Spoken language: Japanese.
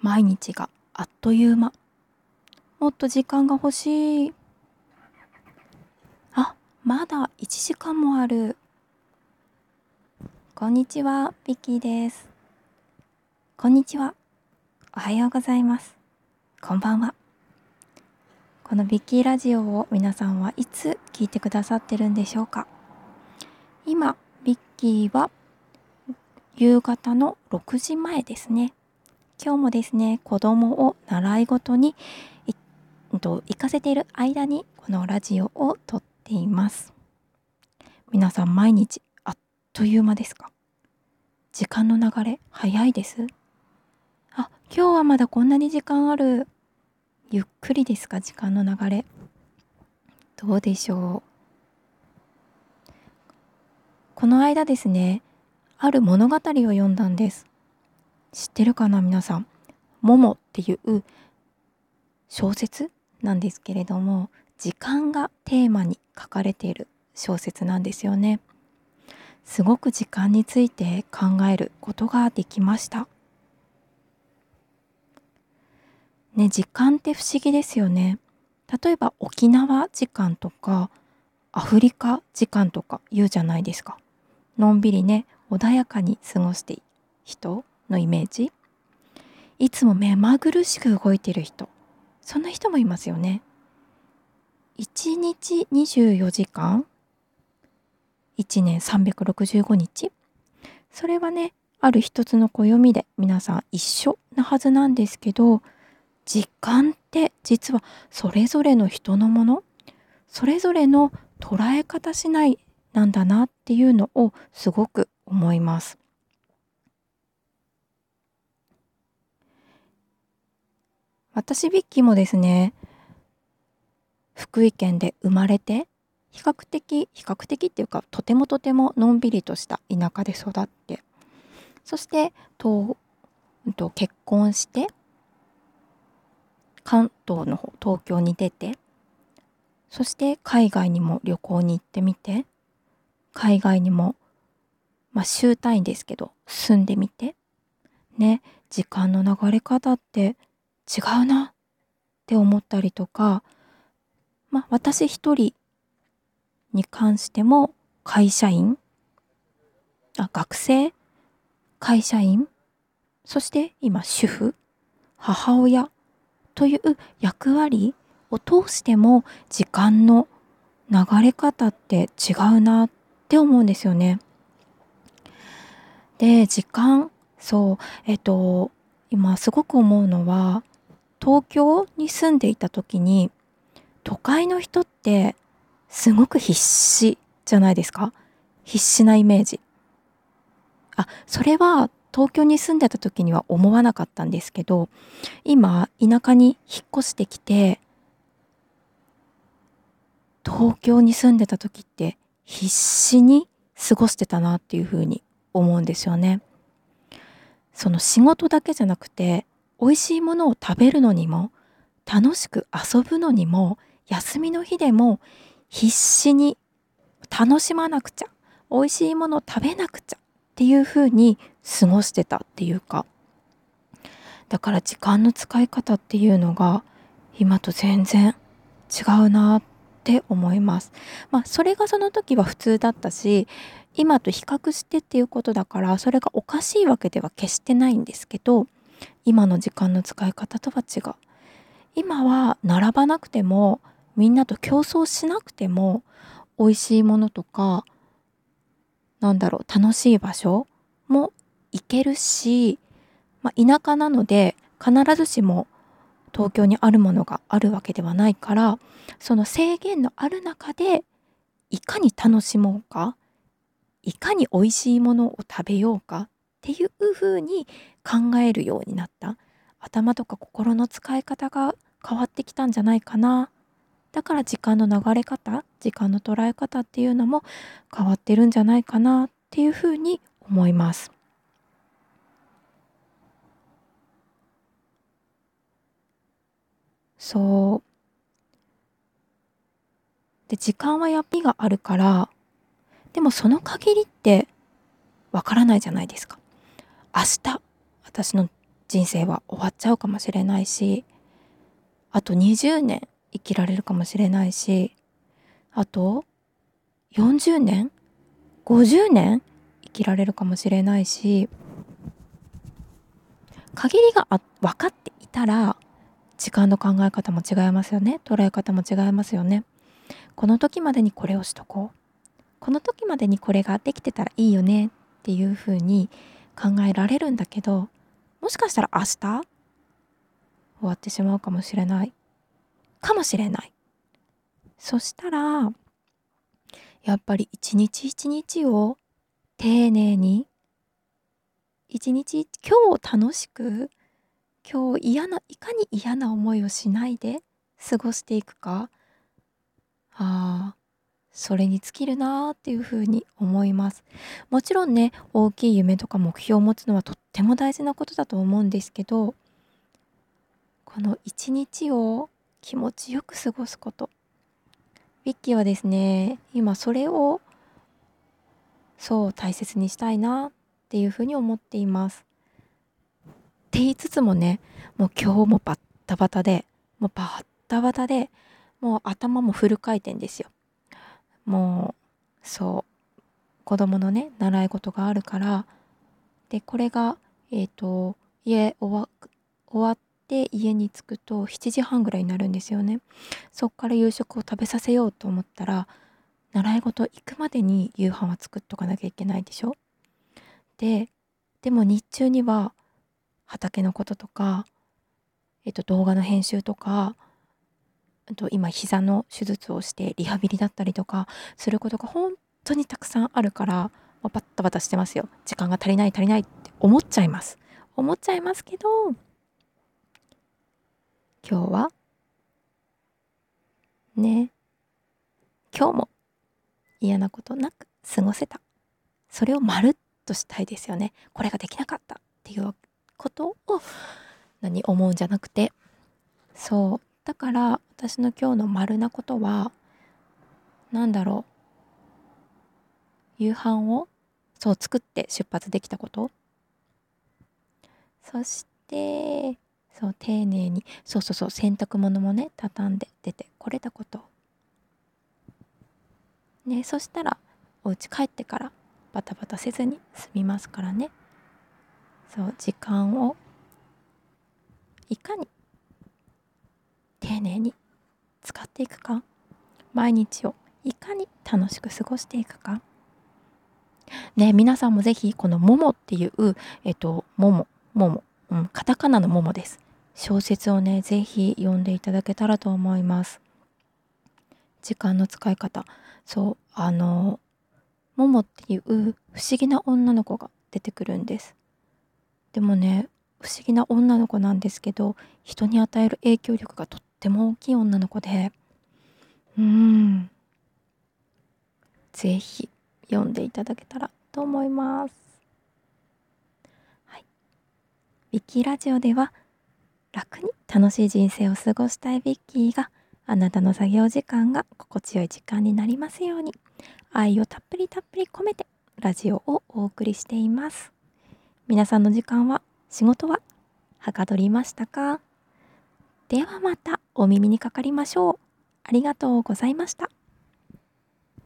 毎日があっという間。もっと時間が欲しい。あ、まだ1時間もある。こんにちは、ビッキーです。こんにちは。おはようございます。こんばんは。このビッキーラジオを皆さんはいつ聞いてくださってるんでしょうか。今、ビッキーは夕方の6時前ですね。今日もですね、子供を習い事に行かせている間にこのラジオを撮っています。皆さん毎日あっという間ですか？時間の流れ早いです。あ、今日はまだこんなに時間ある。ゆっくりですか？時間の流れどうでしょう。この間ですね、ある物語を読んだんです。知ってるかな皆さん。モモっていう小説なんですけれども、時間がテーマに書かれている小説なんですよね。すごく時間について考えることができました。ね、時間って不思議ですよね。例えば沖縄時間とかアフリカ時間とか言うじゃないですか。のんびりね、穏やかに過ごしている人のイメージ。いつも目まぐるしく動いている人。そんな人もいますよね。1日24時間、1年365日。それはね、ある一つの暦で皆さん一緒なはずなんですけど、時間って実はそれぞれの人のもの、それぞれの捉え方次第なんだなっていうのをすごく思います。私ビッキーもですね、福井県で生まれて、比較的っていうか、とてものんびりとした田舎で育って、そして結婚して関東の方、東京に出て、そして海外にも旅行に行ってみて、海外にも週単位ですけど住んでみてね、時間の流れ方って違うなって思ったりとか、私一人に関しても会社員、学生、会社員、そして今主婦、母親という役割を通しても時間の流れ方って違うなって思うんですよね。で、時間、そう、今すごく思うのは、東京に住んでいた時に、都会の人ってすごく必死じゃないですか？必死なイメージ。それは東京に住んでた時には思わなかったんですけど、今田舎に引っ越してきて、東京に住んでた時って必死に過ごしてたなっていうふうに思うんですよね。その仕事だけじゃなくて、美味しいものを食べるのにも、楽しく遊ぶのにも、休みの日でも必死に楽しまなくちゃ、美味しいものを食べなくちゃっていう風に過ごしてたっていうか、だから時間の使い方っていうのが今と全然違うなって思います。それがその時は普通だったし、今と比較してっていうことだから、それがおかしいわけでは決してないんですけど、今の時間の使い方とは違う。今は並ばなくても、みんなと競争しなくても、美味しいものとか、楽しい場所も行けるし、田舎なので必ずしも東京にあるものがあるわけではないから、その制限のある中でいかに楽しもうか、いかに美味しいものを食べようかっていう風に考えるようになった。頭とか心の使い方が変わってきたんじゃないかな。だから時間の流れ方、時間の捉え方っていうのも変わってるんじゃないかなっていう風に思います。そう。で、時間はやっぱりがあるから、でもその限りってわからないじゃないですか。明日、私の人生は終わっちゃうかもしれないし、あと20年生きられるかもしれないし、あと40年50年生きられるかもしれないし、限りが分かっていたら時間の考え方も違いますよね。捉え方も違いますよね。この時までにこれをしとこう、この時までにこれができてたらいいよねっていう風に考えられるんだけど、もしかしたら明日終わってしまうかもしれないかもしれない。そしたらやっぱり一日一日を丁寧に、一日今日楽しく、今日いかに嫌な思いをしないで過ごしていくか、それに尽きるなーっていうふうに思います。もちろんね、大きい夢とか目標を持つのはとっても大事なことだと思うんですけど、この一日を気持ちよく過ごすこと。ビッキーはですね、今それを大切にしたいなっていうふうに思っています。って言いつつもね、もう今日もバッタバタで、もう頭もフル回転ですよ。もう子供のね習い事があるから、でこれが家終わって家に着くと7時半ぐらいになるんですよね。そっから夕食を食べさせようと思ったら、習い事行くまでに夕飯は作っとかなきゃいけないでしょ。でも日中には畑のこととか、動画の編集とか、今膝の手術をしてリハビリだったりとかすることが本当にたくさんあるから、もうバッタバタしてますよ。時間が足りないって思っちゃいますけど、今日はね、今日も嫌なことなく過ごせた。それをまるっとしたいですよね。これができなかったっていうことを思うんじゃなくて、だから私の今日の丸なことは、夕飯を作って出発できたこと、そして丁寧に洗濯物もね畳んで出てこれたことね。そしたらお家帰ってからバタバタせずに済みますからね。時間をいかに丁寧に使っていくか、毎日をいかに楽しく過ごしていくかね。皆さんもぜひこのももっていうもも、カタカナのももです。小説をねぜひ読んでいただけたらと思います。時間の使い方、ももっていう不思議な女の子が出てくるんです。でもね、不思議な女の子なんですけど、人に与える影響力がとっても大きい女の子で、ぜひ読んでいただけたらと思います。はい。ビッキーラジオでは、楽に楽しい人生を過ごしたいビッキーが、あなたの作業時間が心地よい時間になりますように、愛をたっぷり込めてラジオをお送りしています。皆さんの時間は、仕事ははかどりましたか？ではまたお耳にかかりましょう。ありがとうございました。